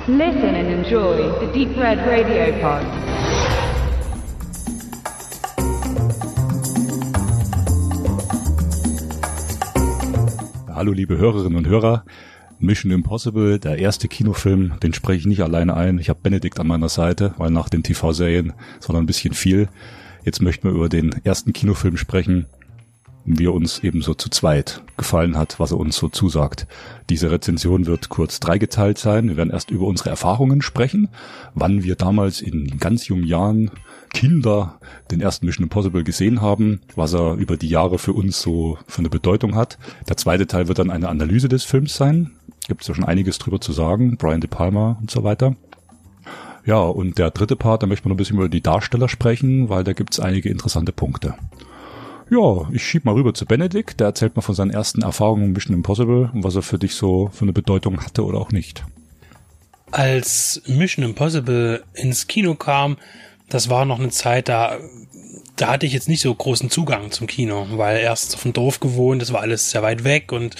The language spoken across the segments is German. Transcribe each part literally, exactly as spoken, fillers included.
Listen and enjoy the Deep Red Radio Pod. Hallo liebe Hörerinnen und Hörer, Mission Impossible, der erste Kinofilm, den spreche ich nicht alleine ein. Ich habe Benedikt an meiner Seite, weil nach den T V-Serien ist noch ein bisschen viel. Jetzt möchten wir über den ersten Kinofilm sprechen, wie er uns ebenso zu zweit gefallen hat, was er uns so zusagt. Diese Rezension wird kurz dreigeteilt sein. Wir werden erst über unsere Erfahrungen sprechen, wann wir damals in ganz jungen Jahren Kinder den ersten Mission Impossible gesehen haben, was er über die Jahre für uns so für eine Bedeutung hat. Der zweite Teil wird dann eine Analyse des Films sein. Gibt es ja schon einiges drüber zu sagen, Brian De Palma und so weiter. Ja, und der dritte Part, da möchten wir noch ein bisschen über die Darsteller sprechen, weil da gibt es einige interessante Punkte. Ja, ich schieb mal rüber zu Benedikt, der erzählt mal von seinen ersten Erfahrungen mit Mission Impossible und was er für dich so für eine Bedeutung hatte oder auch nicht. Als Mission Impossible ins Kino kam, das war noch eine Zeit, da da hatte ich jetzt nicht so großen Zugang zum Kino, weil erst auf dem Dorf gewohnt, das war alles sehr weit weg und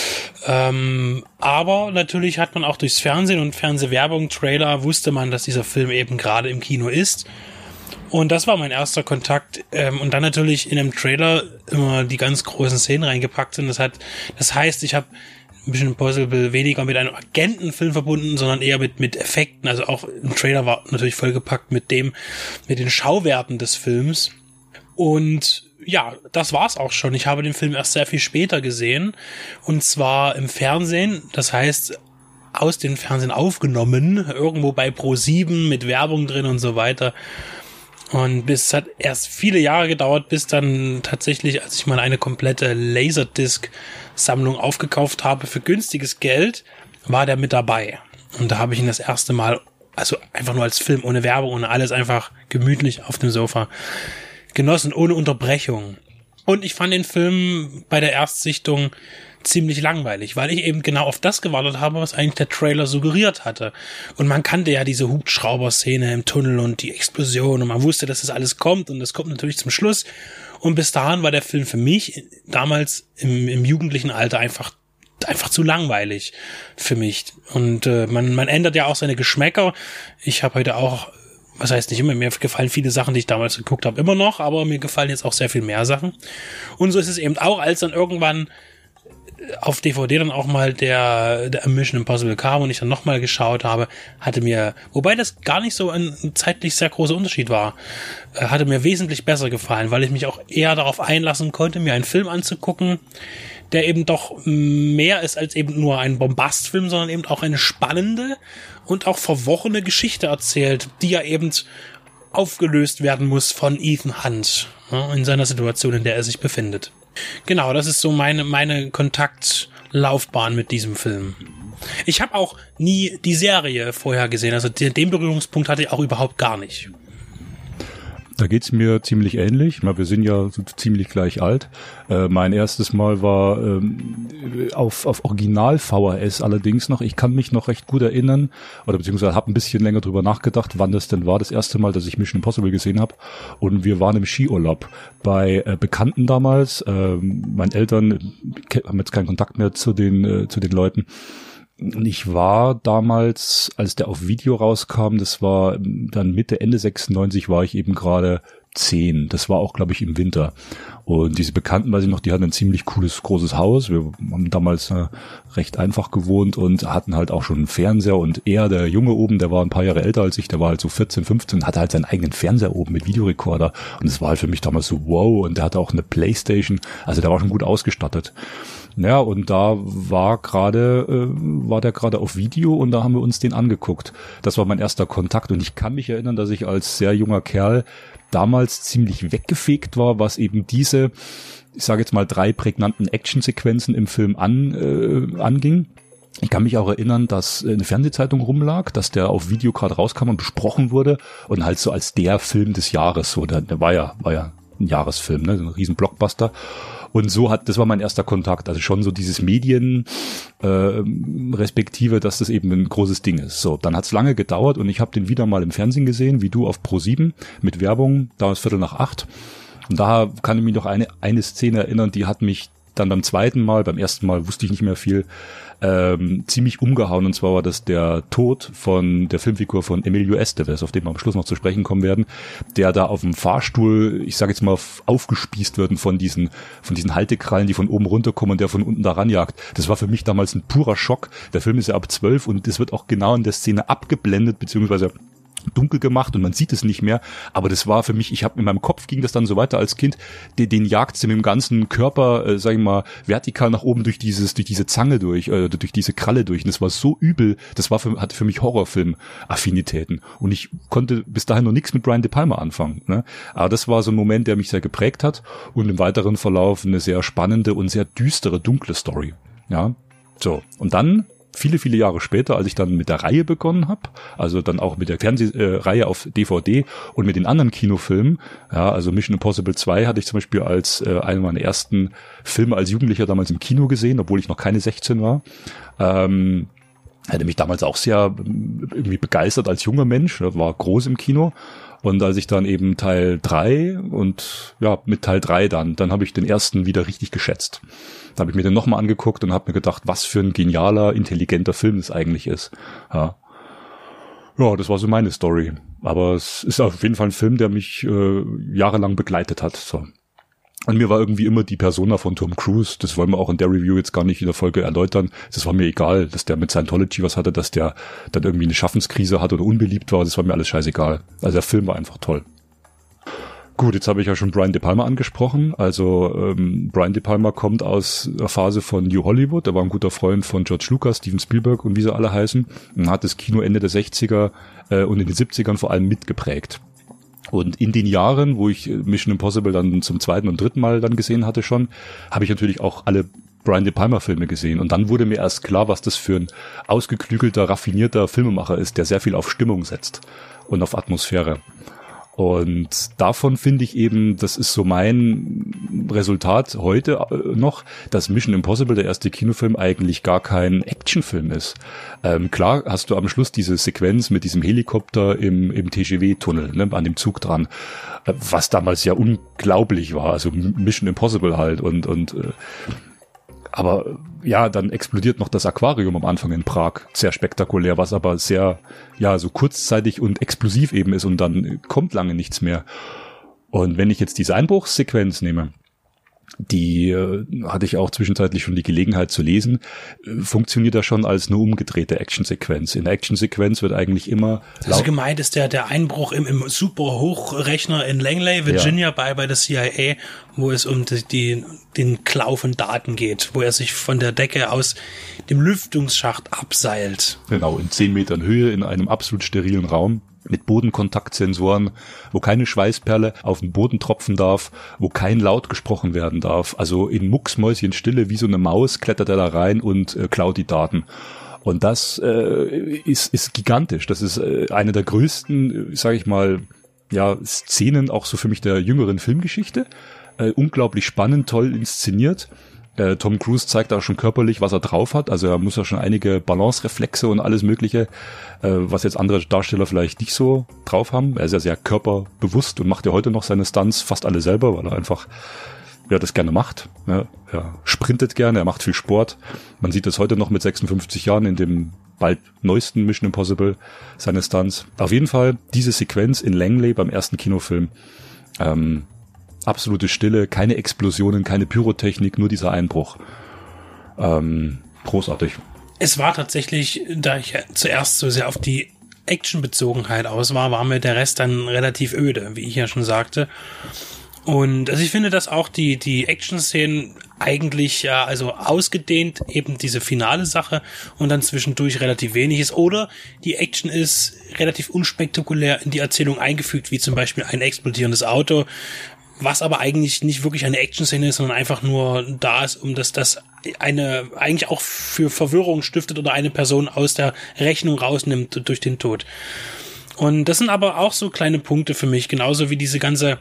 ähm, aber natürlich hat man auch durchs Fernsehen und Fernsehwerbung, Trailer, wusste man, dass dieser Film eben gerade im Kino ist. Und das war mein erster Kontakt. Ähm, und dann natürlich in einem Trailer immer die ganz großen Szenen reingepackt sind. Das hat, das heißt, ich habe Mission Impossible weniger mit einem Agentenfilm verbunden, sondern eher mit mit Effekten. Also auch im Trailer war natürlich vollgepackt mit dem, mit den Schauwerten des Films. Und ja, das war's auch schon. Ich habe den Film erst sehr viel später gesehen. Und zwar im Fernsehen. Das heißt, aus dem Fernsehen aufgenommen. Irgendwo bei Pro sieben mit Werbung drin und so weiter. Und bis es hat erst viele Jahre gedauert, bis dann tatsächlich, als ich mal eine komplette Laserdisc-Sammlung aufgekauft habe für günstiges Geld, war der mit dabei. Und da habe ich ihn das erste Mal, also einfach nur als Film, ohne Werbung, ohne alles, einfach gemütlich auf dem Sofa genossen, ohne Unterbrechung. Und ich fand den Film bei der Erstsichtung ziemlich langweilig, weil ich eben genau auf das gewartet habe, was eigentlich der Trailer suggeriert hatte. Und man kannte ja diese Hubschrauber-Szene im Tunnel und die Explosion und man wusste, dass das alles kommt und das kommt natürlich zum Schluss. Und bis dahin war der Film für mich damals im, im jugendlichen Alter einfach einfach zu langweilig für mich. Und äh, man man ändert ja auch seine Geschmäcker. Ich habe heute auch, was heißt nicht immer, mir gefallen viele Sachen, die ich damals geguckt habe, immer noch, aber mir gefallen jetzt auch sehr viel mehr Sachen. Und so ist es eben auch, als dann irgendwann auf D V D dann auch mal der, der Mission Impossible kam und ich dann nochmal geschaut habe, hatte mir, wobei das gar nicht so ein zeitlich sehr großer Unterschied war, hatte mir wesentlich besser gefallen, weil ich mich auch eher darauf einlassen konnte, mir einen Film anzugucken, der eben doch mehr ist als eben nur ein Bombastfilm, sondern eben auch eine spannende und auch verworrene Geschichte erzählt, die ja eben aufgelöst werden muss von Ethan Hunt, ja, in seiner Situation, in der er sich befindet. Genau, das ist so meine meine Kontaktlaufbahn mit diesem Film. Ich habe auch nie die Serie vorher gesehen, also den, den Berührungspunkt hatte ich auch überhaupt gar nicht. Da geht's mir ziemlich ähnlich. Wir sind ja so ziemlich gleich alt. Äh, mein erstes Mal war ähm, auf, auf Original-V H S allerdings noch. Ich kann mich noch recht gut erinnern, oder beziehungsweise habe ein bisschen länger drüber nachgedacht, wann das denn war, das erste Mal, dass ich Mission Impossible gesehen habe. Und wir waren im Skiurlaub bei äh, Bekannten damals. Ähm, meine Eltern haben jetzt keinen Kontakt mehr zu den, äh, zu den Leuten. Und ich war damals, als der auf Video rauskam, das war dann Mitte, Ende sechsundneunzig, war ich eben gerade zehn. Das war auch, glaube ich, im Winter. Und diese Bekannten, weiß ich noch, die hatten ein ziemlich cooles, großes Haus. Wir haben damals äh, recht einfach gewohnt und hatten halt auch schon einen Fernseher. Und er, der Junge oben, der war ein paar Jahre älter als ich, der war halt so vierzehn, fünfzehn, hatte halt seinen eigenen Fernseher oben mit Videorekorder. Und es war halt für mich damals so wow. Und der hatte auch eine Playstation. Also der war schon gut ausgestattet. Ja, und da war gerade, äh, war der gerade auf Video und da haben wir uns den angeguckt. Das war mein erster Kontakt und ich kann mich erinnern, dass ich als sehr junger Kerl damals ziemlich weggefegt war, was eben diese, ich sage jetzt mal, drei prägnanten Actionsequenzen im Film an, äh, anging. Ich kann mich auch erinnern, dass eine Fernsehzeitung rumlag, dass der auf Video gerade rauskam und besprochen wurde und halt so als der Film des Jahres, so, der, der war ja, war ja ein Jahresfilm, ne, so ein riesen Blockbuster. Und so hat, das war mein erster Kontakt, also schon so dieses Medien äh, respektive, dass das eben ein großes Ding ist. So, dann hat's lange gedauert und ich habe den wieder mal im Fernsehen gesehen, wie du auf Pro sieben mit Werbung, damals Viertel nach acht. Und da kann ich mich noch eine eine Szene erinnern, die hat mich dann beim zweiten Mal, beim ersten Mal wusste ich nicht mehr viel, ähm, ziemlich umgehauen. Und zwar war das der Tod von der Filmfigur von Emilio Estevez, auf den wir am Schluss noch zu sprechen kommen werden, der da auf dem Fahrstuhl, ich sage jetzt mal, aufgespießt wird von diesen von diesen Haltekrallen, die von oben runterkommen und der von unten da ranjagt. Das war für mich damals ein purer Schock. Der Film ist ja ab zwölf und es wird auch genau in der Szene abgeblendet, beziehungsweise dunkel gemacht und man sieht es nicht mehr, aber das war für mich, ich habe in meinem Kopf ging das dann so weiter als Kind, den, den jagt sie mit dem ganzen Körper, äh, sag ich mal, vertikal nach oben durch dieses, durch diese Zange durch, äh, durch diese Kralle durch und das war so übel, das war für, hatte für mich Horrorfilm-Affinitäten und ich konnte bis dahin noch nichts mit Brian De Palma anfangen, ne? Aber das war so ein Moment, der mich sehr geprägt hat und im weiteren Verlauf eine sehr spannende und sehr düstere, dunkle Story, ja, so, und dann viele, viele Jahre später, als ich dann mit der Reihe begonnen habe, also dann auch mit der Fernsehreihe auf D V D und mit den anderen Kinofilmen, ja, also Mission Impossible zwei hatte ich zum Beispiel als äh, einen meiner ersten Filme als Jugendlicher damals im Kino gesehen, obwohl ich noch keine sechzehn war. Ähm, hätte mich damals auch sehr irgendwie begeistert als junger Mensch, war groß im Kino. Und als ich dann eben Teil drei und ja, mit Teil drei dann, dann habe ich den ersten wieder richtig geschätzt. Da habe ich mir den nochmal angeguckt und habe mir gedacht, was für ein genialer, intelligenter Film das eigentlich ist. Ja. Ja, das war so meine Story. Aber es ist auf jeden Fall ein Film, der mich äh, jahrelang begleitet hat. So. Und mir war irgendwie immer die Persona von Tom Cruise, das wollen wir auch in der Review jetzt gar nicht in der Folge erläutern, das war mir egal, dass der mit Scientology was hatte, dass der dann irgendwie eine Schaffenskrise hatte oder unbeliebt war, das war mir alles scheißegal. Also der Film war einfach toll. Gut, jetzt habe ich ja schon Brian De Palma angesprochen. Also ähm, Brian De Palma kommt aus der Phase von New Hollywood. Er war ein guter Freund von George Lucas, Steven Spielberg und wie sie alle heißen. Und hat das Kino Ende der sechziger äh, und in den siebzigern vor allem mitgeprägt. Und in den Jahren, wo ich Mission Impossible dann zum zweiten und dritten Mal dann gesehen hatte schon, habe ich natürlich auch alle Brian De Palma Filme gesehen. Und dann wurde mir erst klar, was das für ein ausgeklügelter, raffinierter Filmemacher ist, der sehr viel auf Stimmung setzt und auf Atmosphäre. Und davon finde ich eben, das ist so mein Resultat heute noch, dass Mission Impossible, der erste Kinofilm, eigentlich gar kein Actionfilm ist. Ähm, klar hast du am Schluss diese Sequenz mit diesem Helikopter im, im T G V-Tunnel, ne, an dem Zug dran, was damals ja unglaublich war, also Mission Impossible halt und, und äh, aber ja, dann explodiert noch das Aquarium am Anfang in Prag. Sehr spektakulär, was aber sehr, ja, so kurzzeitig und explosiv eben ist und dann kommt lange nichts mehr. Und wenn ich jetzt diese Einbruchssequenz nehme, die äh, hatte ich auch zwischenzeitlich schon die Gelegenheit zu lesen, äh, funktioniert das schon als eine umgedrehte Actionsequenz. In der Actionsequenz wird eigentlich immer... Also gemeint ist der der Einbruch im, im Superhochrechner in Langley, Virginia, ja. bei bei der C I A, wo es um die, die den Klau von Daten geht, wo er sich von der Decke aus dem Lüftungsschacht abseilt. Genau, in zehn Metern Höhe in einem absolut sterilen Raum. Mit Bodenkontaktsensoren, wo keine Schweißperle auf den Boden tropfen darf, wo kein Laut gesprochen werden darf. Also in Mucksmäuschenstille wie so eine Maus klettert er da rein und äh, klaut die Daten. Und das äh, ist, ist gigantisch. Das ist äh, eine der größten, sage ich mal, ja, Szenen auch so für mich der jüngeren Filmgeschichte. Äh, unglaublich spannend, toll inszeniert. Äh, Tom Cruise zeigt auch schon körperlich, was er drauf hat. Also er muss ja schon einige Balancereflexe und alles Mögliche, äh, was jetzt andere Darsteller vielleicht nicht so drauf haben. Er ist ja sehr körperbewusst und macht ja heute noch seine Stunts fast alle selber, weil er einfach ja das gerne macht. Ja, er sprintet gerne, er macht viel Sport. Man sieht das heute noch mit sechsundfünfzig Jahren in dem bald neuesten Mission Impossible, seine Stunts. Auf jeden Fall diese Sequenz in Langley beim ersten Kinofilm. Ähm, absolute Stille, keine Explosionen, keine Pyrotechnik, nur dieser Einbruch. Ähm, großartig. Es war tatsächlich, da ich zuerst so sehr auf die Actionbezogenheit aus war, war mir der Rest dann relativ öde, wie ich ja schon sagte. Und also ich finde, dass auch die die Action-Szenen eigentlich ja also ausgedehnt eben diese finale Sache und dann zwischendurch relativ wenig ist. Oder die Action ist relativ unspektakulär in die Erzählung eingefügt, wie zum Beispiel ein explodierendes Auto, was aber eigentlich nicht wirklich eine Action-Szene ist, sondern einfach nur da ist, um dass das eine eigentlich auch für Verwirrung stiftet oder eine Person aus der Rechnung rausnimmt durch den Tod. Und das sind aber auch so kleine Punkte für mich, genauso wie diese ganze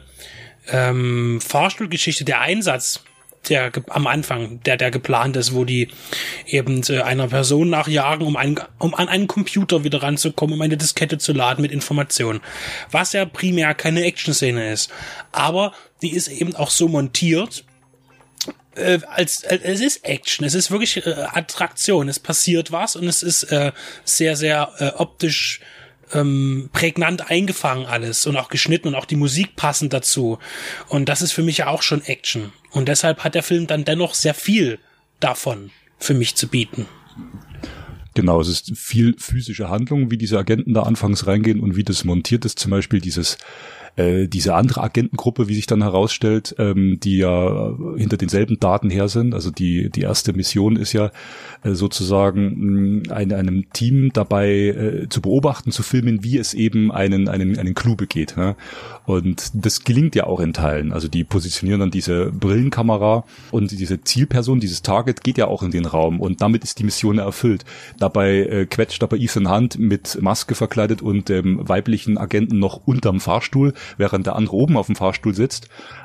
ähm, Fahrstuhlgeschichte, der Einsatz, der ge- am Anfang, der der geplant ist, wo die eben äh, einer Person nachjagen, um, ein, um an einen Computer wieder ranzukommen, um eine Diskette zu laden mit Informationen. Was ja primär keine Action-Szene ist. Aber die ist eben auch so montiert, äh, als, als es ist Action, es ist wirklich äh, Attraktion, es passiert was und es ist äh, sehr, sehr äh, optisch ähm, prägnant eingefangen alles und auch geschnitten und auch die Musik passend dazu. Und das ist für mich ja auch schon Action. Und deshalb hat der Film dann dennoch sehr viel davon für mich zu bieten. Genau, es ist viel physische Handlung, wie diese Agenten da anfangs reingehen und wie das montiert ist. Zum Beispiel dieses äh, diese andere Agentengruppe, wie sich dann herausstellt, ähm, die ja hinter denselben Daten her sind. Also die die erste Mission ist ja äh, sozusagen mh, eine, einem Team dabei äh, zu beobachten, zu filmen, wie es eben einen einen einen Clou begeht. Ja? Und das gelingt ja auch in Teilen. Also die positionieren dann diese Brillenkamera und diese Zielperson, dieses Target geht ja auch in den Raum und damit ist die Mission erfüllt. Dabei äh, quetscht aber Ethan Hunt mit Maske verkleidet und dem weiblichen Agenten noch unterm Fahrstuhl, während der andere oben auf dem Fahrstuhl sitzt.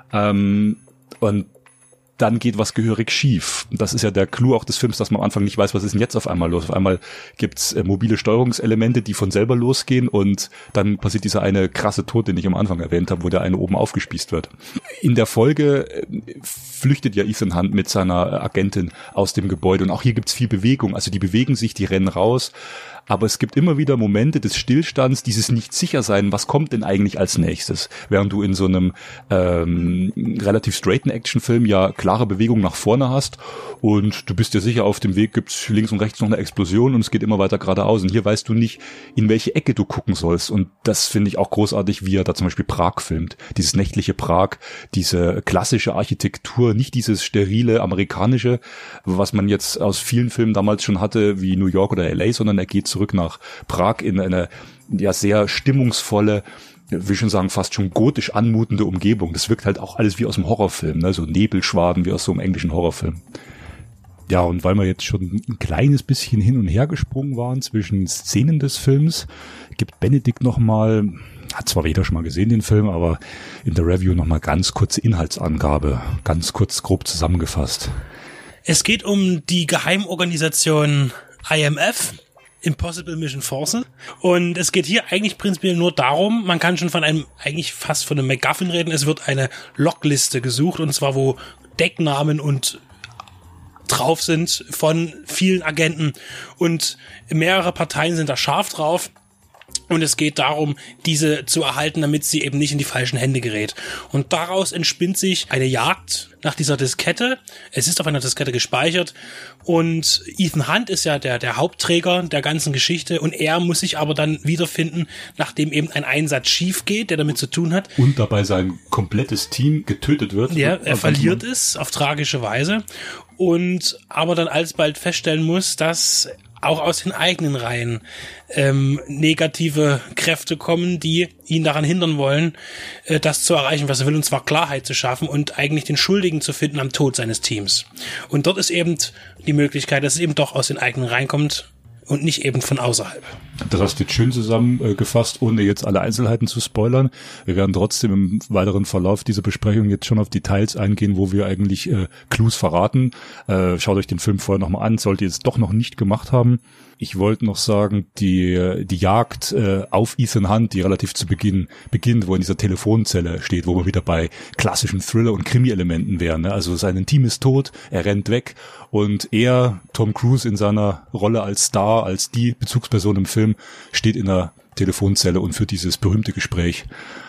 Ähm, und dann geht was gehörig schief. Das ist ja der Clou auch des Films, dass man am Anfang nicht weiß, was ist denn jetzt auf einmal los. Auf einmal gibt's äh, mobile Steuerungselemente, die von selber losgehen und dann passiert dieser eine krasse Tod, den ich am Anfang erwähnt habe, wo der eine oben aufgespießt wird. In der Folge äh, flüchtet ja Ethan Hunt mit seiner Agentin aus dem Gebäude und auch hier gibt's viel Bewegung. Also die bewegen sich, die rennen raus. Aber es gibt immer wieder Momente des Stillstands, dieses Nicht-Sicher-Sein, was kommt denn eigentlich als nächstes? Während du in so einem ähm, relativ straighten Actionfilm ja klare Bewegung nach vorne hast und du bist dir sicher, auf dem Weg gibt's links und rechts noch eine Explosion und es geht immer weiter geradeaus. Und hier weißt du nicht, in welche Ecke du gucken sollst. Und das finde ich auch großartig, wie er da zum Beispiel Prag filmt. Dieses nächtliche Prag, diese klassische Architektur, nicht dieses sterile amerikanische, was man jetzt aus vielen Filmen damals schon hatte, wie New York oder L A, sondern er geht zurück nach Prag in eine ja sehr stimmungsvolle, will ich schon sagen, fast schon gotisch anmutende Umgebung. Das wirkt halt auch alles wie aus einem Horrorfilm, ne? So Nebelschwaden wie aus so einem englischen Horrorfilm. Ja, und weil wir jetzt schon ein kleines bisschen hin und her gesprungen waren zwischen Szenen des Films, gibt Benedikt nochmal, hat zwar jeder schon mal gesehen, den Film, aber in der Review nochmal ganz kurze Inhaltsangabe, ganz kurz grob zusammengefasst. Es geht um die Geheimorganisation I M F, Impossible Mission Force. Und es geht hier eigentlich prinzipiell nur darum, man kann schon von einem, eigentlich fast von einem MacGuffin reden, es wird eine Lockliste gesucht, und zwar wo Decknamen und drauf sind von vielen Agenten und mehrere Parteien sind da scharf drauf. Und es geht darum, diese zu erhalten, damit sie eben nicht in die falschen Hände gerät. Und daraus entspinnt sich eine Jagd nach dieser Diskette. Es ist auf einer Diskette gespeichert. Und Ethan Hunt ist ja der, der Hauptträger der ganzen Geschichte. Und er muss sich aber dann wiederfinden, nachdem eben ein Einsatz schief geht, der damit zu tun hat. Und dabei sein komplettes Team getötet wird. Ja, er verliert es auf tragische Weise. Und aber dann alsbald feststellen muss, dass auch aus den eigenen Reihen ähm, negative Kräfte kommen, die ihn daran hindern wollen, äh, das zu erreichen, was er will, und zwar Klarheit zu schaffen und eigentlich den Schuldigen zu finden am Tod seines Teams. Und dort ist eben die Möglichkeit, dass es eben doch aus den eigenen Reihen kommt und nicht eben von außerhalb. Das hast du jetzt schön zusammengefasst, ohne jetzt alle Einzelheiten zu spoilern. Wir werden trotzdem im weiteren Verlauf dieser Besprechung jetzt schon auf Details eingehen, wo wir eigentlich äh, Clues verraten. Äh, schaut euch den Film vorher nochmal an, solltet ihr es doch noch nicht gemacht haben. Ich wollte noch sagen, die die Jagd äh, auf Ethan Hunt, die relativ zu Beginn beginnt, wo er in dieser Telefonzelle steht, wo wir wieder bei klassischen Thriller- und Krimi-Elementen wären. Ne? Also sein Team ist tot, er rennt weg und er, Tom Cruise in seiner Rolle als Star, als die Bezugsperson im Film, steht in der Telefonzelle und führt dieses berühmte Gespräch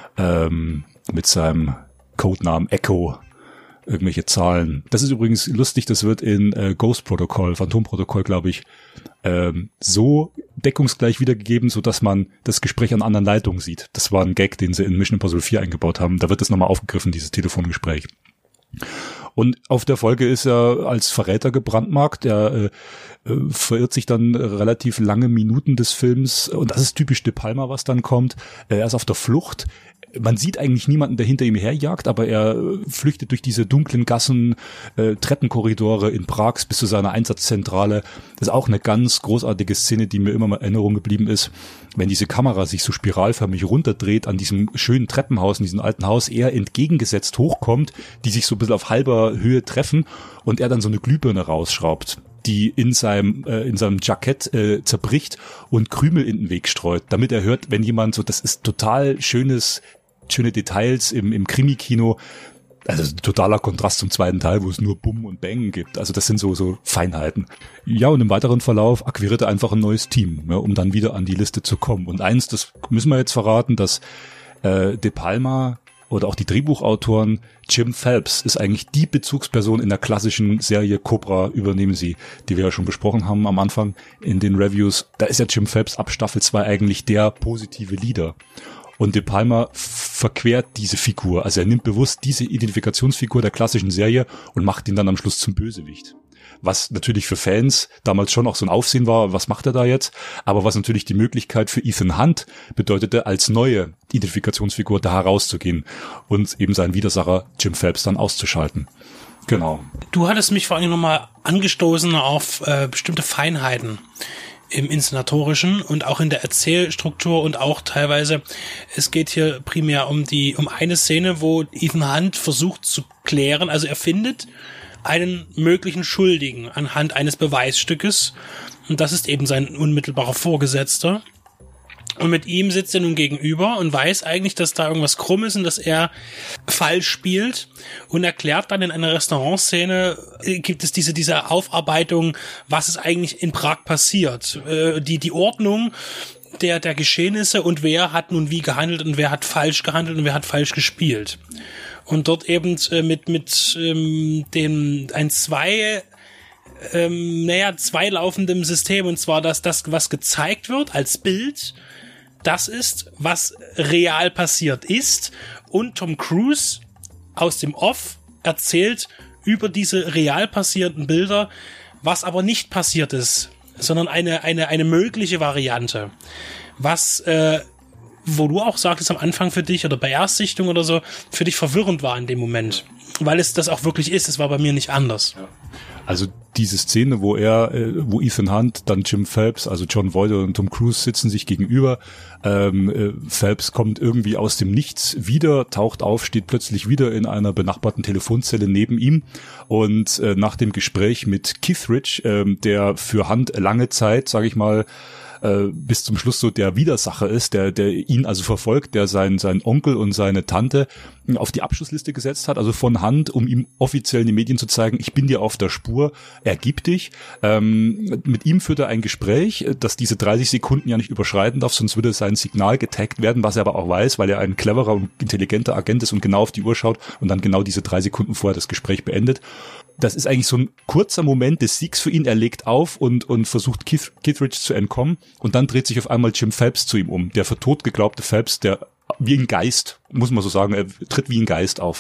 ähm, mit seinem Codenamen Echo, irgendwelche Zahlen. Das ist übrigens lustig, das wird in äh, Ghost Protocol, Phantom-Protokoll, glaube ich, ähm, so deckungsgleich wiedergegeben, so dass man das Gespräch an anderen Leitungen sieht. Das war ein Gag, den sie in Mission Impossible vier eingebaut haben. Da wird das nochmal aufgegriffen, dieses Telefongespräch. Und auf der Folge ist er als Verräter gebrandmarkt. Er äh, äh, verirrt sich dann relativ lange Minuten des Films. Und das ist typisch De Palma, was dann kommt. Er ist auf der Flucht. Man sieht eigentlich niemanden, der hinter ihm herjagt, aber er flüchtet durch diese dunklen Gassen, äh, Treppenkorridore in Prags bis zu seiner Einsatzzentrale. Das ist auch eine ganz großartige Szene, die mir immer mal in Erinnerung geblieben ist. Wenn diese Kamera sich so spiralförmig runterdreht an diesem schönen Treppenhaus, in diesem alten Haus, er entgegengesetzt hochkommt, die sich so ein bisschen auf halber Höhe treffen und er dann so eine Glühbirne rausschraubt, die in seinem äh, in seinem Jackett äh, zerbricht und Krümel in den Weg streut, damit er hört, wenn jemand so, das ist total schönes, schöne Details im im Krimi-Kino, Also totaler Kontrast zum zweiten Teil, wo es nur Bumm und Bang gibt. Also das sind so so Feinheiten. Ja, und im weiteren Verlauf akquiriert er einfach ein neues Team, ja, um dann wieder an die Liste zu kommen. Und eins, das müssen wir jetzt verraten, dass äh, De Palma oder auch die Drehbuchautoren, Jim Phelps ist eigentlich die Bezugsperson in der klassischen Serie Cobra, übernehmen sie, die wir ja schon besprochen haben am Anfang in den Reviews. Da ist ja Jim Phelps ab Staffel zwei eigentlich der positive Leader. Und De Palma verquert diese Figur. Also er nimmt bewusst diese Identifikationsfigur der klassischen Serie und macht ihn dann am Schluss zum Bösewicht. Was natürlich für Fans damals schon auch so ein Aufsehen war, was macht er da jetzt? Aber was natürlich die Möglichkeit für Ethan Hunt bedeutete, als neue Identifikationsfigur da herauszugehen und eben seinen Widersacher Jim Phelps dann auszuschalten. Genau. Du hattest mich vor allem nochmal angestoßen auf äh, bestimmte Feinheiten im Inszenatorischen und auch in der Erzählstruktur und auch teilweise, es geht hier primär um die, um eine Szene, wo Ethan Hunt versucht zu klären, also er findet einen möglichen Schuldigen anhand eines Beweisstückes und das ist eben sein unmittelbarer Vorgesetzter. Und mit ihm sitzt er nun gegenüber und weiß eigentlich, dass da irgendwas krumm ist und dass er falsch spielt und erklärt dann in einer Restaurantszene, gibt es diese diese Aufarbeitung, was ist eigentlich in Prag passiert, äh, die die Ordnung der der Geschehnisse und wer hat nun wie gehandelt und wer hat falsch gehandelt und wer hat falsch gespielt. Und dort eben äh, mit mit ähm, dem ein zwei ähm, naja zwei laufendem System, und zwar dass das, was gezeigt wird als Bild, das ist, was real passiert ist, und Tom Cruise aus dem Off erzählt über diese real passierten Bilder, was aber nicht passiert ist, sondern eine eine eine mögliche Variante, was äh, wo du auch sagtest am Anfang für dich oder bei Erstsichtung oder so, für dich verwirrend war in dem Moment, weil es das auch wirklich ist, es war bei mir nicht anders. Ja. Also diese Szene, wo er, äh, wo Ethan Hunt, dann Jim Phelps, also John Voight und Tom Cruise sitzen sich gegenüber. Ähm, äh, Phelps kommt irgendwie aus dem Nichts wieder, taucht auf, steht plötzlich wieder in einer benachbarten Telefonzelle neben ihm. Und äh, nach dem Gespräch mit Kithridge, äh, der für Hunt lange Zeit, sage ich mal, bis zum Schluss so der Widersacher ist, der der ihn also verfolgt, der seinen seinen Onkel und seine Tante auf die Abschussliste gesetzt hat, also von Hand, um ihm offiziell in den Medien zu zeigen, ich bin dir auf der Spur, ergib dich. Ähm, mit ihm führt er ein Gespräch, das diese dreißig Sekunden ja nicht überschreiten darf, sonst würde sein Signal getaggt werden, was er aber auch weiß, weil er ein cleverer und intelligenter Agent ist und genau auf die Uhr schaut und dann genau diese drei Sekunden vorher das Gespräch beendet. Das ist eigentlich so ein kurzer Moment des Siegs für ihn. Er legt auf und und versucht Keith, Kithridge zu entkommen und dann dreht sich auf einmal Jim Phelps zu ihm um. Der für tot geglaubte Phelps, der wie ein Geist, muss man so sagen, er tritt wie ein Geist auf.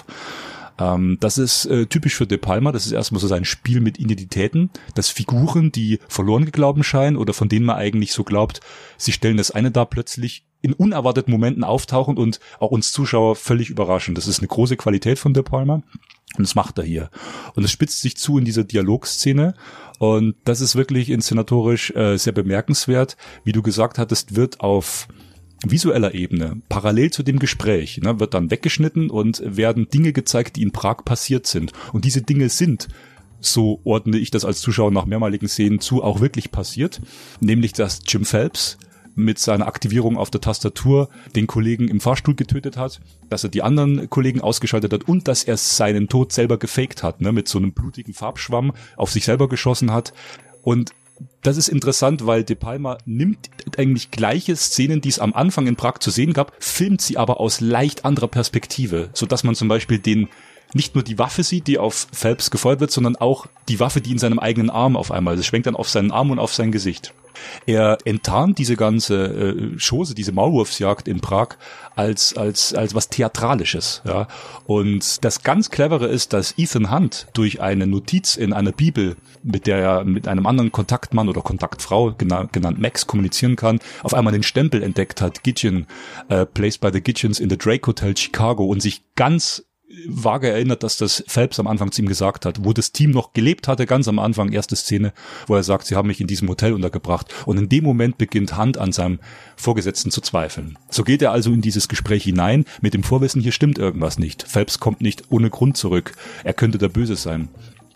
Ähm, das ist äh, typisch für De Palma. Das ist erstmal so sein Spiel mit Identitäten, dass Figuren, die verloren geglaubt scheinen oder von denen man eigentlich so glaubt, sie stellen das eine dar, plötzlich in unerwarteten Momenten auftauchen und auch uns Zuschauer völlig überraschen. Das ist eine große Qualität von De Palma. Und das macht er hier. Und es spitzt sich zu in dieser Dialogszene. Und das ist wirklich inszenatorisch äh, sehr bemerkenswert. Wie du gesagt hattest, wird auf visueller Ebene, parallel zu dem Gespräch, ne, wird dann weggeschnitten und werden Dinge gezeigt, die in Prag passiert sind. Und diese Dinge sind, so ordne ich das als Zuschauer nach mehrmaligen Szenen zu, auch wirklich passiert. Nämlich, dass Jim Phelps mit seiner Aktivierung auf der Tastatur den Kollegen im Fahrstuhl getötet hat, dass er die anderen Kollegen ausgeschaltet hat und dass er seinen Tod selber gefaked hat, ne, mit so einem blutigen Farbschwamm auf sich selber geschossen hat. Und das ist interessant, weil De Palma nimmt eigentlich gleiche Szenen, die es am Anfang in Prag zu sehen gab, filmt sie aber aus leicht anderer Perspektive, sodass man zum Beispiel den nicht nur die Waffe sieht, die auf Phelps gefeuert wird, sondern auch die Waffe, die in seinem eigenen Arm auf einmal, das schwenkt dann auf seinen Arm und auf sein Gesicht. Er enttarnt diese ganze äh, Chose, diese Maulwurfsjagd in Prag als als als was Theatralisches, ja. Und das ganz Clevere ist, dass Ethan Hunt durch eine Notiz in einer Bibel, mit der er mit einem anderen Kontaktmann oder Kontaktfrau, genannt, genannt Max, kommunizieren kann, auf einmal den Stempel entdeckt hat, Gidgeon, äh, placed by the Gidgeons in the Drake Hotel Chicago, und sich ganz vage erinnert, dass das Phelps am Anfang zu ihm gesagt hat, wo das Team noch gelebt hatte, ganz am Anfang, erste Szene, wo er sagt, sie haben mich in diesem Hotel untergebracht. Und in dem Moment beginnt Hunt an seinem Vorgesetzten zu zweifeln. So geht er also in dieses Gespräch hinein mit dem Vorwissen, hier stimmt irgendwas nicht. Phelps kommt nicht ohne Grund zurück. Er könnte der Böse sein.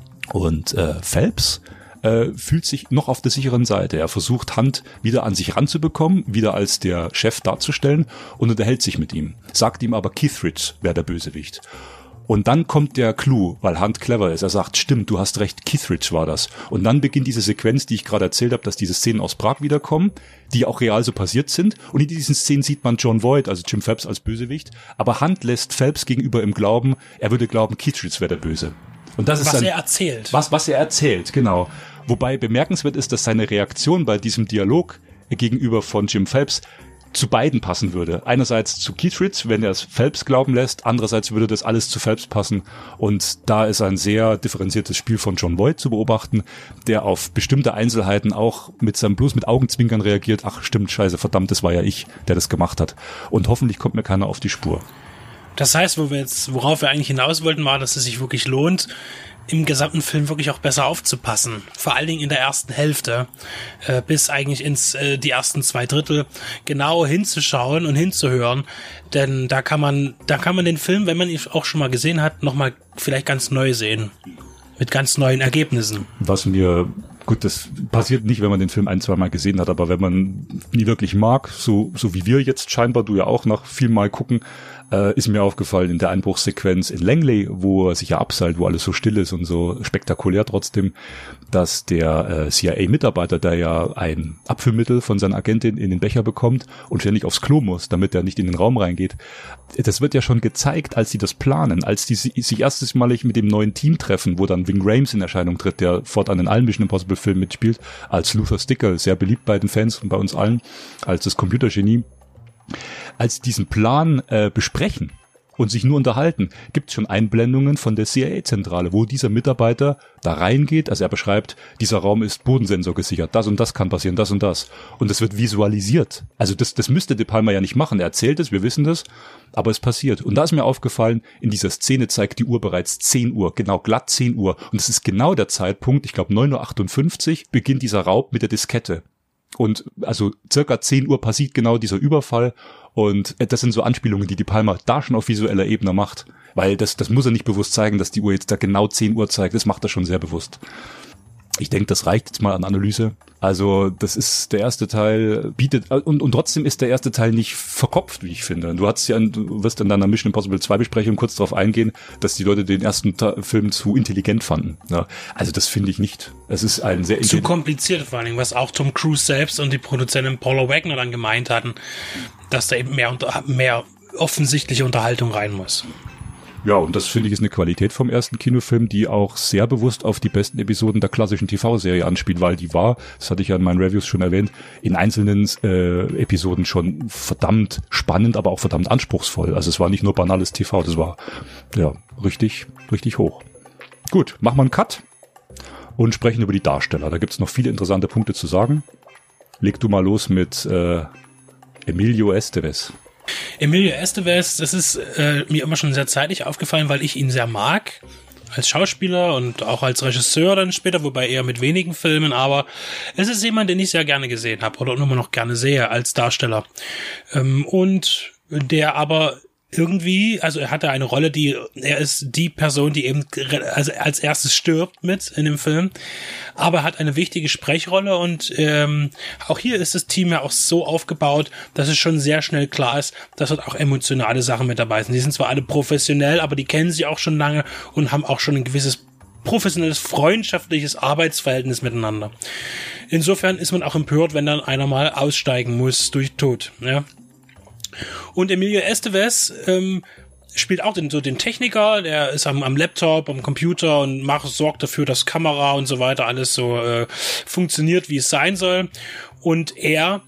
Und äh, Phelps äh, fühlt sich noch auf der sicheren Seite. Er versucht, Hunt wieder an sich ranzubekommen, wieder als der Chef darzustellen, und unterhält sich mit ihm. Sagt ihm aber, Kithridge wäre der Bösewicht. Und dann kommt der Clou, weil Hunt clever ist. Er sagt, stimmt, du hast recht, Kittredge war das. Und dann beginnt diese Sequenz, die ich gerade erzählt habe, dass diese Szenen aus Prag wiederkommen, die auch real so passiert sind. Und in diesen Szenen sieht man Jon Voight, also Jim Phelps als Bösewicht. Aber Hunt lässt Phelps gegenüber im Glauben, er würde glauben, Kittredge wäre der Böse. Und das was ist dann, er erzählt. Was, was er erzählt, genau. Wobei bemerkenswert ist, dass seine Reaktion bei diesem Dialog gegenüber von Jim Phelps zu beiden passen würde. Einerseits zu Kittredge, wenn er es Phelps glauben lässt, andererseits würde das alles zu Phelps passen. Und da ist ein sehr differenziertes Spiel von Jon Voight zu beobachten, der auf bestimmte Einzelheiten auch mit seinem bloß mit Augenzwinkern reagiert. Ach stimmt, scheiße, verdammt, das war ja ich, der das gemacht hat. Und hoffentlich kommt mir keiner auf die Spur. Das heißt, wo wir jetzt, worauf wir eigentlich hinaus wollten, war, dass es sich wirklich lohnt, im gesamten Film wirklich auch besser aufzupassen. Vor allen Dingen in der ersten Hälfte, äh, bis eigentlich ins äh, die ersten zwei Drittel genau hinzuschauen und hinzuhören. Denn da kann man, da kann man den Film, wenn man ihn auch schon mal gesehen hat, nochmal vielleicht ganz neu sehen. Mit ganz neuen Ergebnissen. Was mir, gut, das passiert nicht, wenn man den Film ein, zwei Mal gesehen hat, aber wenn man nie wirklich mag, so, so wie wir jetzt scheinbar, du ja auch nach viel Mal gucken, äh, ist mir aufgefallen in der Einbruchssequenz in Langley, wo er sich ja abseilt, wo alles so still ist und so spektakulär trotzdem, dass der äh, C I A-Mitarbeiter, der ja ein Abführmittel von seiner Agentin in den Becher bekommt und ständig aufs Klo muss, damit er nicht in den Raum reingeht, das wird ja schon gezeigt, als sie das planen, als die sich erstes Mal mit dem neuen Team treffen, wo dann Ving Rhames in Erscheinung tritt, der fortan in allen Mission Impossible Filmen mitspielt, als Luther Sticker, sehr beliebt bei den Fans und bei uns allen, als das Computergenie. Als sie diesen Plan äh, besprechen und sich nur unterhalten, gibt es schon Einblendungen von der C I A-Zentrale, wo dieser Mitarbeiter da reingeht. Also er beschreibt, dieser Raum ist Bodensensor gesichert, das und das kann passieren, das und das. Und das wird visualisiert. Also das, das müsste De Palma ja nicht machen. Er erzählt es, wir wissen das, aber es passiert. Und da ist mir aufgefallen, in dieser Szene zeigt die Uhr bereits zehn Uhr, genau glatt zehn Uhr. Und es ist genau der Zeitpunkt, ich glaube neun Uhr achtundfünfzig, beginnt dieser Raub mit der Diskette. Und also circa zehn Uhr passiert genau dieser Überfall. Und das sind so Anspielungen, die De Palma da schon auf visueller Ebene macht. Weil das, das muss er nicht bewusst zeigen, dass die Uhr jetzt da genau zehn Uhr zeigt. Das macht er schon sehr bewusst. Ich denke, das reicht jetzt mal an Analyse. Also das ist der erste Teil, bietet, und, und trotzdem ist der erste Teil nicht verkopft, wie ich finde. Du hast ja, du wirst in deiner Mission Impossible zwei Besprechung kurz darauf eingehen, dass die Leute den ersten Ta- Film zu intelligent fanden. Ja, also das finde ich nicht. Es ist ein sehr zu kompliziert vor allen Dingen, was auch Tom Cruise selbst und die Produzentin Paula Wagner dann gemeint hatten, dass da eben mehr, mehr offensichtliche Unterhaltung rein muss. Ja, und das finde ich ist eine Qualität vom ersten Kinofilm, die auch sehr bewusst auf die besten Episoden der klassischen T V-Serie anspielt, weil die war, das hatte ich ja in meinen Reviews schon erwähnt, in einzelnen äh, Episoden schon verdammt spannend, aber auch verdammt anspruchsvoll. Also es war nicht nur banales T V, das war ja richtig, richtig hoch. Gut, machen wir einen Cut und sprechen über die Darsteller. Da gibt's noch viele interessante Punkte zu sagen. Leg du mal los mit äh, Emilio Estevez. Emilio Estevez, das ist äh, mir immer schon sehr zeitig aufgefallen, weil ich ihn sehr mag. Als Schauspieler und auch als Regisseur dann später, wobei eher mit wenigen Filmen, aber es ist jemand, den ich sehr gerne gesehen habe oder immer noch gerne sehe als Darsteller. Ähm, und der aber irgendwie, also er hatte eine Rolle, die, er ist die Person, die eben also als erstes stirbt mit in dem Film, aber er hat eine wichtige Sprechrolle und ähm, auch hier ist das Team ja auch so aufgebaut, dass es schon sehr schnell klar ist, dass dort auch emotionale Sachen mit dabei sind. Die sind zwar alle professionell, aber die kennen sich auch schon lange und haben auch schon ein gewisses professionelles, freundschaftliches Arbeitsverhältnis miteinander. Insofern ist man auch empört, wenn dann einer mal aussteigen muss durch Tod, ja. Und Emilio Estevez ähm, spielt auch den, so den Techniker, der ist am, am Laptop, am Computer und macht, sorgt dafür, dass Kamera und so weiter alles so äh, funktioniert, wie es sein soll. Und er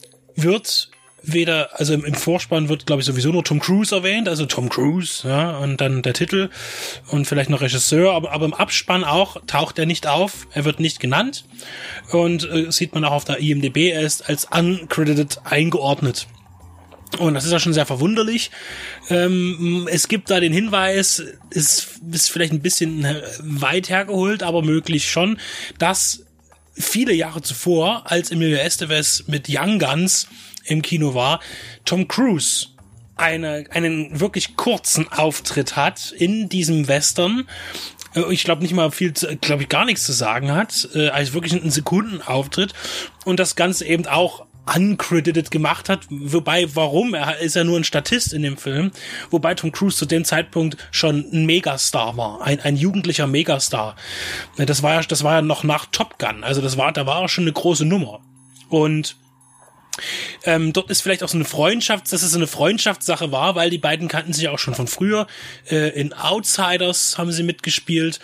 wird weder, also im, im Vorspann wird, glaube ich, sowieso nur Tom Cruise erwähnt, also Tom Cruise, ja, und dann der Titel und vielleicht noch Regisseur, aber, aber im Abspann auch taucht er nicht auf, er wird nicht genannt und äh, sieht man auch auf der I M D B, er ist als uncredited eingeordnet. Und das ist ja schon sehr verwunderlich. Ähm, es gibt da den Hinweis, ist, ist vielleicht ein bisschen weit hergeholt, aber möglich schon, dass viele Jahre zuvor, als Emilio Estevez mit Young Guns im Kino war, Tom Cruise eine, einen wirklich kurzen Auftritt hat in diesem Western. Ich glaube nicht mal viel, glaube ich gar nichts zu sagen hat, also wirklich einen Sekundenauftritt und das Ganze eben auch uncredited gemacht hat, wobei, warum? Er ist ja nur ein Statist in dem Film, wobei Tom Cruise zu dem Zeitpunkt schon ein Megastar war, ein, ein jugendlicher Megastar. Das war ja, das war ja noch nach Top Gun, also das war, da war er schon eine große Nummer. Und ähm, dort ist vielleicht auch so eine Freundschaft, dass es so eine Freundschaftssache war, weil die beiden kannten sich auch schon von früher. Äh, in Outsiders haben sie mitgespielt.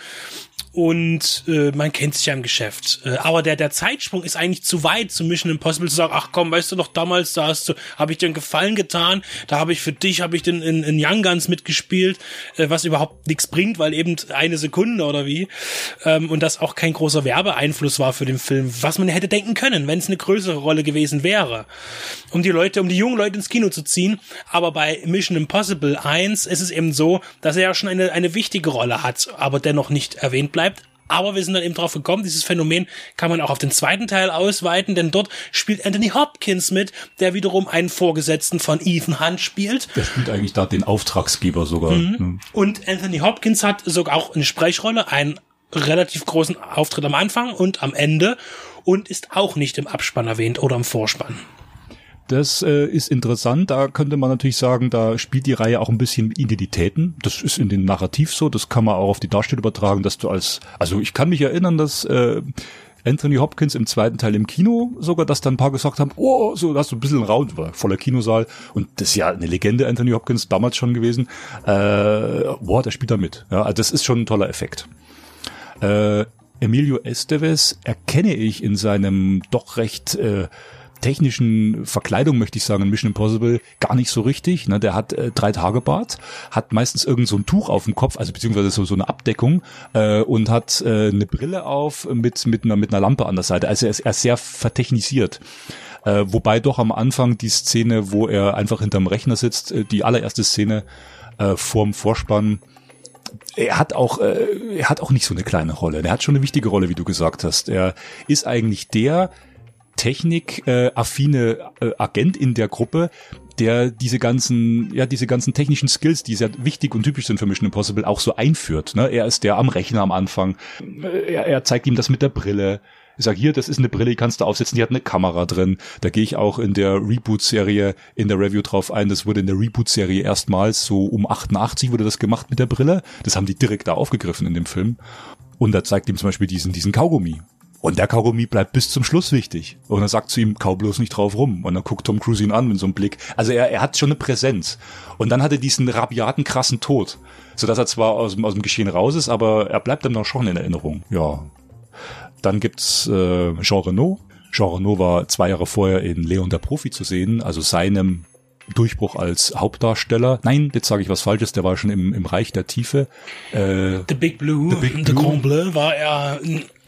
Und äh, man kennt sich ja im Geschäft. Äh, aber der der Zeitsprung ist eigentlich zu weit, zu Mission Impossible zu sagen, ach komm, weißt du noch, damals, da hast du, habe ich dir einen Gefallen getan, da habe ich für dich, habe ich den in, in Young Guns mitgespielt, äh, was überhaupt nichts bringt, weil eben eine Sekunde oder wie. Ähm, und das auch kein großer Werbeeinfluss war für den Film, was man hätte denken können, wenn es eine größere Rolle gewesen wäre. Um die Leute, um die jungen Leute ins Kino zu ziehen. Aber bei Mission Impossible eins ist es eben so, dass er ja schon eine, eine wichtige Rolle hat, aber dennoch nicht erwähnt bleibt. Aber wir sind dann eben drauf gekommen, dieses Phänomen kann man auch auf den zweiten Teil ausweiten, denn dort spielt Anthony Hopkins mit, der wiederum einen Vorgesetzten von Ethan Hunt spielt. Der spielt eigentlich da den Auftragsgeber sogar. Mhm. Mhm. Und Anthony Hopkins hat sogar auch eine Sprechrolle, einen relativ großen Auftritt am Anfang und am Ende und ist auch nicht im Abspann erwähnt oder im Vorspann. Das äh, ist interessant, da könnte man natürlich sagen, da spielt die Reihe auch ein bisschen Identitäten. Das ist in den Narrativ so, das kann man auch auf die Darstellung übertragen, dass du als, also ich kann mich erinnern, dass äh, Anthony Hopkins im zweiten Teil im Kino sogar, dass dann ein paar gesagt haben, oh, so, da hast du ein bisschen Raum, war voller Kinosaal und das ist ja eine Legende, Anthony Hopkins, damals schon gewesen, äh, boah, der spielt da mit. Ja, also das ist schon ein toller Effekt. Äh, Emilio Estevez erkenne ich in seinem doch recht äh, technischen Verkleidung, möchte ich sagen, in Mission Impossible gar nicht so richtig. Ne? Der hat äh, drei Tage Bart, hat meistens irgend so ein Tuch auf dem Kopf, also beziehungsweise so, so eine Abdeckung äh, und hat äh, eine Brille auf mit mit einer mit einer Lampe an der Seite. Also er ist, er ist sehr vertechnisiert. Äh, wobei doch am Anfang die Szene, wo er einfach hinterm Rechner sitzt, äh, die allererste Szene äh, vorm Vorspann, er hat auch, äh, er hat auch nicht so eine kleine Rolle. Er hat schon eine wichtige Rolle, wie du gesagt hast. Er ist eigentlich der technikaffine äh, Agent in der Gruppe, der diese ganzen, ja, diese ganzen technischen Skills, die sehr wichtig und typisch sind für Mission Impossible, auch so einführt. Ne? Er ist der am Rechner am Anfang. Er, er zeigt ihm das mit der Brille. Ich sag, hier, das ist eine Brille, die kannst du aufsetzen, die hat eine Kamera drin. Da gehe ich auch in der Reboot-Serie, in der Review drauf ein. Das wurde in der Reboot-Serie erstmals so um achtundachtzig wurde das gemacht mit der Brille. Das haben die direkt da aufgegriffen in dem Film. Und da zeigt ihm zum Beispiel diesen, diesen Kaugummi. Und der Kaugummi bleibt bis zum Schluss wichtig. Und er sagt zu ihm, kau bloß nicht drauf rum. Und dann guckt Tom Cruise ihn an mit so einem Blick. Also er, er hat schon eine Präsenz. Und dann hat er diesen rabiaten, krassen Tod. Sodass er zwar aus dem, aus dem Geschehen raus ist, aber er bleibt dann noch schon in Erinnerung. Ja. Dann gibt's äh, Jean Reno. Jean Reno war zwei Jahre vorher in Leon der Profi zu sehen, also seinem Durchbruch als Hauptdarsteller. Nein, jetzt sage ich was Falsches, der war schon im, im Reich der Tiefe. Äh, The Big Blue, The, Big The Blue. Grand Bleu war er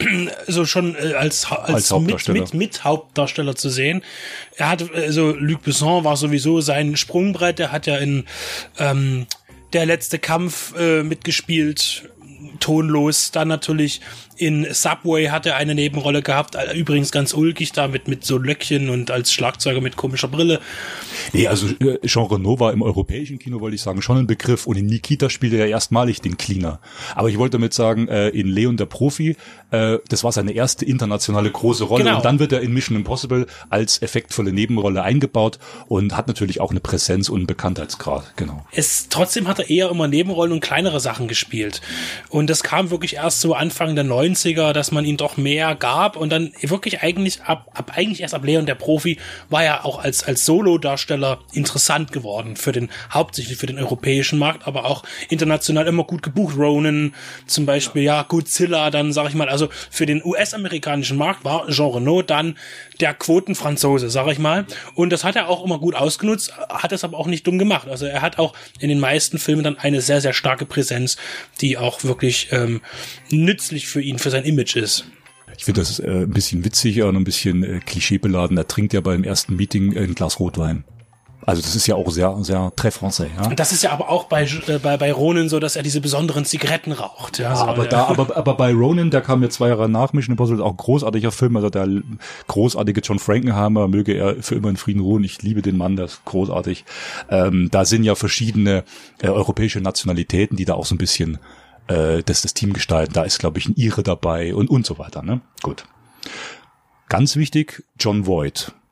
so schon äh, als, als, als Hauptdarsteller. Mit, mit, mit Hauptdarsteller zu sehen. Er hat, also Luc Besson war sowieso sein Sprungbrett, er hat ja in ähm, Der letzte Kampf äh, mitgespielt, tonlos, dann natürlich in Subway hat er eine Nebenrolle gehabt, übrigens ganz ulkig da mit, mit so Löckchen und als Schlagzeuger mit komischer Brille. Nee, also äh, Jean Reno war im europäischen Kino, wollte ich sagen, schon ein Begriff und in Nikita spielte er erstmalig den Cleaner. Aber ich wollte damit sagen, äh, in Leon der Profi, äh, das war seine erste internationale große Rolle Genau. Und dann wird er in Mission Impossible als effektvolle Nebenrolle eingebaut und hat natürlich auch eine Präsenz und einen Bekanntheitsgrad, genau. Es, trotzdem hat er eher immer Nebenrollen und kleinere Sachen gespielt. Und das kam wirklich erst so Anfang der neunziger, dass man ihm doch mehr gab und dann wirklich eigentlich ab, ab eigentlich erst ab Leon der Profi war er auch als, als Solo-Darsteller interessant geworden für den, hauptsächlich für den europäischen Markt, aber auch international immer gut gebucht. Ronan zum Beispiel, ja, Godzilla, dann sag ich mal, also für den U S-amerikanischen Markt war Jean Reno dann der Quotenfranzose, sag ich mal. Und das hat er auch immer gut ausgenutzt, hat es aber auch nicht dumm gemacht. Also er hat auch in den meisten Filmen dann eine sehr, sehr starke Präsenz, die auch wirklich ähm, nützlich für ihn, für sein Image ist. Ich finde das äh, ein bisschen witziger und ein bisschen äh, klischeebeladen. Er trinkt ja beim ersten Meeting ein Glas Rotwein. Also das ist ja auch sehr, sehr très français. Ja? Das ist ja aber auch bei, äh, bei, bei Ronan so, dass er diese besonderen Zigaretten raucht. Ja, Ja, so, aber ja. da, aber, aber bei Ronan, der kam ja zwei Jahre nach Mission Impossible, auch ein großartiger Film, also der großartige John Frankenheimer, möge er für immer in Frieden ruhen. Ich liebe den Mann, der ist großartig. Ähm, da sind ja verschiedene äh, europäische Nationalitäten, die da auch so ein bisschen äh, das, das Team gestalten. Da ist, glaube ich, ein Ire dabei und, und so weiter. Ne? Gut. Ganz wichtig, John Voight.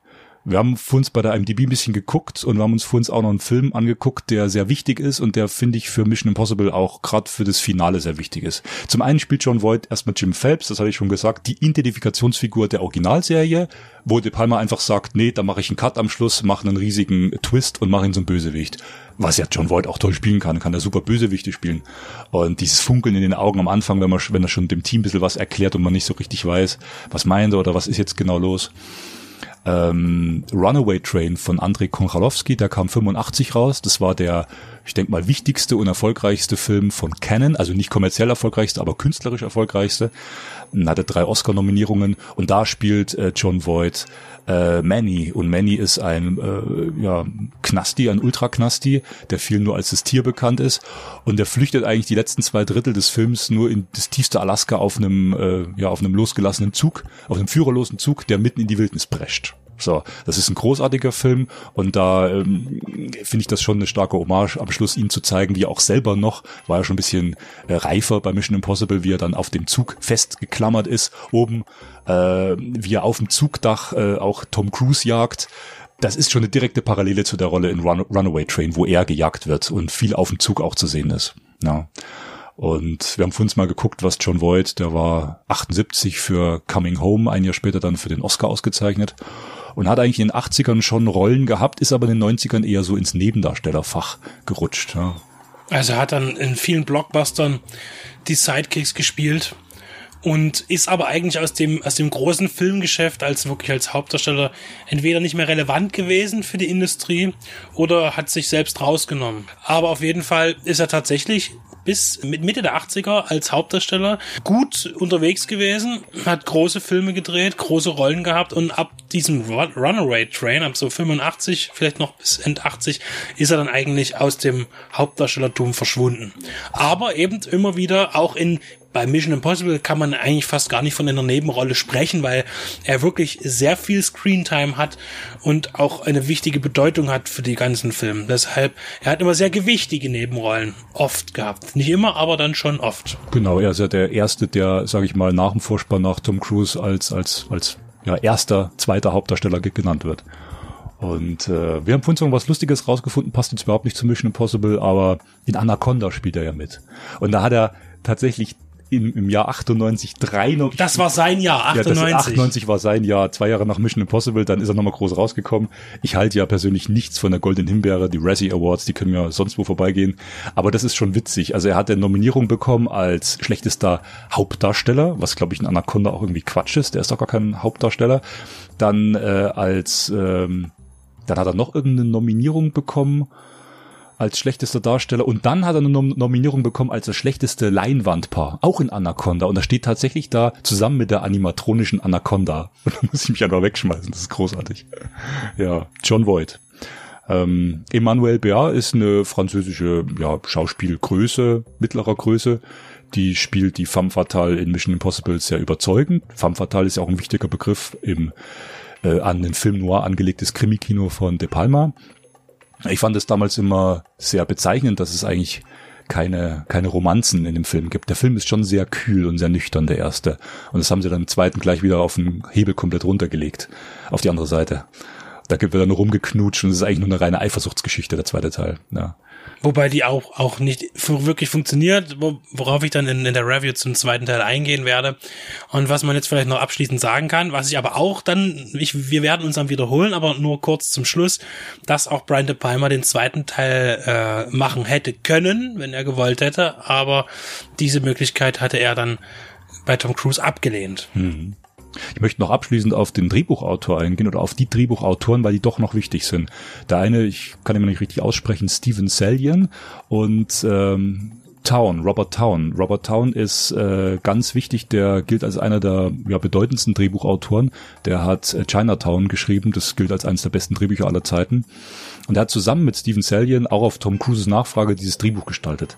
Wir haben für uns bei der I M D B ein bisschen geguckt und wir haben uns für uns auch noch einen Film angeguckt, der sehr wichtig ist und der, finde ich, für Mission Impossible auch gerade für das Finale sehr wichtig ist. Zum einen spielt Jon Voight erstmal Jim Phelps, das hatte ich schon gesagt, die Identifikationsfigur der Originalserie, wo De Palma einfach sagt, nee, da mache ich einen Cut am Schluss, mache einen riesigen Twist und mache ihn zum Bösewicht. Was ja Jon Voight auch toll spielen kann, kann er super Bösewichte spielen. Und dieses Funkeln in den Augen am Anfang, wenn man, wenn er schon dem Team ein bisschen was erklärt und man nicht so richtig weiß, was meint er oder was ist jetzt genau los. Ähm, Runaway Train von Andrei Konchalovsky, der kam fünfundachtzig raus. Das war der, ich denke mal, wichtigste und erfolgreichste Film von Cannon, also nicht kommerziell erfolgreichste, aber künstlerisch erfolgreichste. Er hatte drei Oscar-Nominierungen und da spielt äh, Jon Voight äh, Manny. Und Manny ist ein äh, ja, Knasti, ein Ultra-Knasti, der viel nur als das Tier bekannt ist. Und der flüchtet eigentlich die letzten zwei Drittel des Films nur in das tiefste Alaska auf einem, äh, ja, auf einem losgelassenen Zug, auf einem führerlosen Zug, der mitten in die Wildnis prescht. So, das ist ein großartiger Film und da ähm, finde ich das schon eine starke Hommage, am Schluss ihn zu zeigen, wie er auch selber noch, war ja schon ein bisschen äh, reifer bei Mission Impossible, wie er dann auf dem Zug festgeklammert ist, oben, äh, wie er auf dem Zugdach äh, auch Tom Cruise jagt. Das ist schon eine direkte Parallele zu der Rolle in Run- Runaway Train, wo er gejagt wird und viel auf dem Zug auch zu sehen ist. Ja. Und wir haben für uns mal geguckt, was Jon Voight, der war achtundsiebzig für Coming Home, ein Jahr später dann für den Oscar ausgezeichnet und hat eigentlich in den achtzigern schon Rollen gehabt, ist aber in den neunzigern eher so ins Nebendarstellerfach gerutscht. Ja. Also er hat dann in vielen Blockbustern die Sidekicks gespielt und ist aber eigentlich aus dem aus dem großen Filmgeschäft als wirklich als Hauptdarsteller entweder nicht mehr relevant gewesen für die Industrie oder hat sich selbst rausgenommen. Aber auf jeden Fall ist er tatsächlich bis mit Mitte der achtziger als Hauptdarsteller gut unterwegs gewesen, hat große Filme gedreht, große Rollen gehabt und ab diesem Run- Runaway Train, ab so fünfundachtzig, vielleicht noch bis End achtzig, ist er dann eigentlich aus dem Hauptdarstellertum verschwunden. Aber eben immer wieder auch in bei Mission Impossible kann man eigentlich fast gar nicht von einer Nebenrolle sprechen, weil er wirklich sehr viel Screentime hat und auch eine wichtige Bedeutung hat für die ganzen Filme. Deshalb, er hat immer sehr gewichtige Nebenrollen oft gehabt. Nicht immer, aber dann schon oft. Genau, er ist ja der Erste, der, sage ich mal, nach dem Vorspann nach Tom Cruise als als als ja erster, zweiter Hauptdarsteller genannt wird. Und äh, wir haben vorhin so was Lustiges rausgefunden, passt jetzt überhaupt nicht zu Mission Impossible, aber in Anaconda spielt er ja mit. Und da hat er tatsächlich Im, im Jahr achtundneunzig drei noch. Das war sein Jahr, achtundneunzig. Ja, das achtundneunzig war sein Jahr, zwei Jahre nach Mission Impossible, dann ist er nochmal groß rausgekommen. Ich halte ja persönlich nichts von der Goldenen Himbeere, die Razzie Awards, die können ja sonst wo vorbeigehen. Aber das ist schon witzig. Also er hat eine Nominierung bekommen als schlechtester Hauptdarsteller, was glaube ich in Anaconda auch irgendwie Quatsch ist. Der ist doch gar kein Hauptdarsteller. Dann äh, als, ähm, dann hat er noch irgendeine Nominierung bekommen als schlechtester Darsteller und dann hat er eine Nom- Nominierung bekommen als das schlechteste Leinwandpaar, auch in Anaconda und da steht tatsächlich da zusammen mit der animatronischen Anaconda und da muss ich mich einfach wegschmeißen, das ist großartig. Ja, Jon Voight. Ähm, Emmanuelle Béat ist eine französische ja, Schauspielgröße, mittlerer Größe, die spielt die Femme Fatale in Mission Impossible sehr überzeugend. Femme Fatale ist ja auch ein wichtiger Begriff im äh, an den Film Noir angelegtes Krimi-Kino von De Palma. Ich fand es damals immer sehr bezeichnend, dass es eigentlich keine keine Romanzen in dem Film gibt. Der Film ist schon sehr kühl und sehr nüchtern, der erste. Und das haben sie dann im zweiten gleich wieder auf den Hebel komplett runtergelegt, auf die andere Seite. Da wird dann nur rumgeknutscht und es ist eigentlich nur eine reine Eifersuchtsgeschichte, der zweite Teil. Ja. Wobei die auch auch nicht wirklich funktioniert, worauf ich dann in, in der Review zum zweiten Teil eingehen werde. Und was man jetzt vielleicht noch abschließend sagen kann, was ich aber auch dann, ich, wir werden uns dann wiederholen, aber nur kurz zum Schluss, dass auch Brian De Palma den zweiten Teil äh, machen hätte können, wenn er gewollt hätte, aber diese Möglichkeit hatte er dann bei Tom Cruise abgelehnt. Mhm. Ich möchte noch abschließend auf den Drehbuchautor eingehen oder auf die Drehbuchautoren, weil die doch noch wichtig sind. Der eine, ich kann ihn nicht richtig aussprechen, Steven Salian und ähm, Town, Robert Town. Robert Town ist äh, ganz wichtig, der gilt als einer der ja, bedeutendsten Drehbuchautoren. Der hat äh, Chinatown geschrieben, das gilt als eines der besten Drehbücher aller Zeiten. Und er hat zusammen mit Steven Salian auch auf Tom Cruises Nachfrage dieses Drehbuch gestaltet.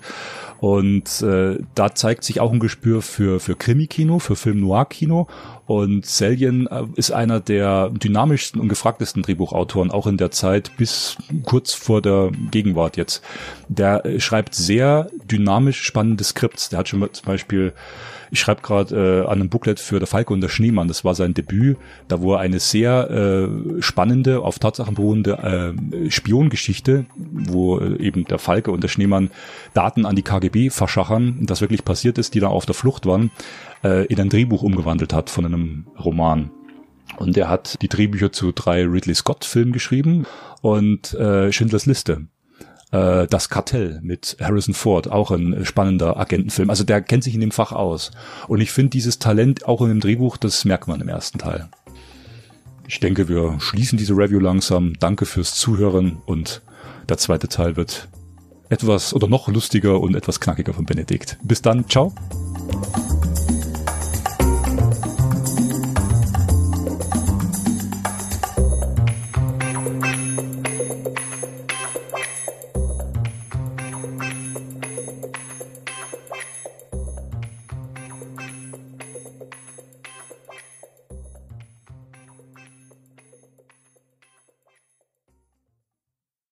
Und äh, da zeigt sich auch ein Gespür für für Krimi-Kino, für Film-Noir-Kino. Und Salian äh, ist einer der dynamischsten und gefragtesten Drehbuchautoren, auch in der Zeit bis kurz vor der Gegenwart jetzt. Der äh, schreibt sehr dynamisch spannende Skripts. Der hat schon mal zum Beispiel Ich schreibe gerade äh, an einem Booklet für Der Falke und der Schneemann. Das war sein Debüt, da wo er eine sehr äh, spannende, auf Tatsachen beruhende äh, Spiongeschichte, wo äh, eben der Falke und der Schneemann Daten an die K G B verschachern, das wirklich passiert ist, die da auf der Flucht waren, äh, in ein Drehbuch umgewandelt hat von einem Roman. Und er hat die Drehbücher zu drei Ridley Scott-Filmen geschrieben und äh, Schindlers Liste. Äh, Das Kartell mit Harrison Ford, auch ein spannender Agentenfilm. Also der kennt sich in dem Fach aus. Und ich finde dieses Talent auch in dem Drehbuch, das merkt man im ersten Teil. Ich denke, wir schließen diese Review langsam. Danke fürs Zuhören und der zweite Teil wird etwas oder noch lustiger und etwas knackiger von Benedikt. Bis dann, ciao.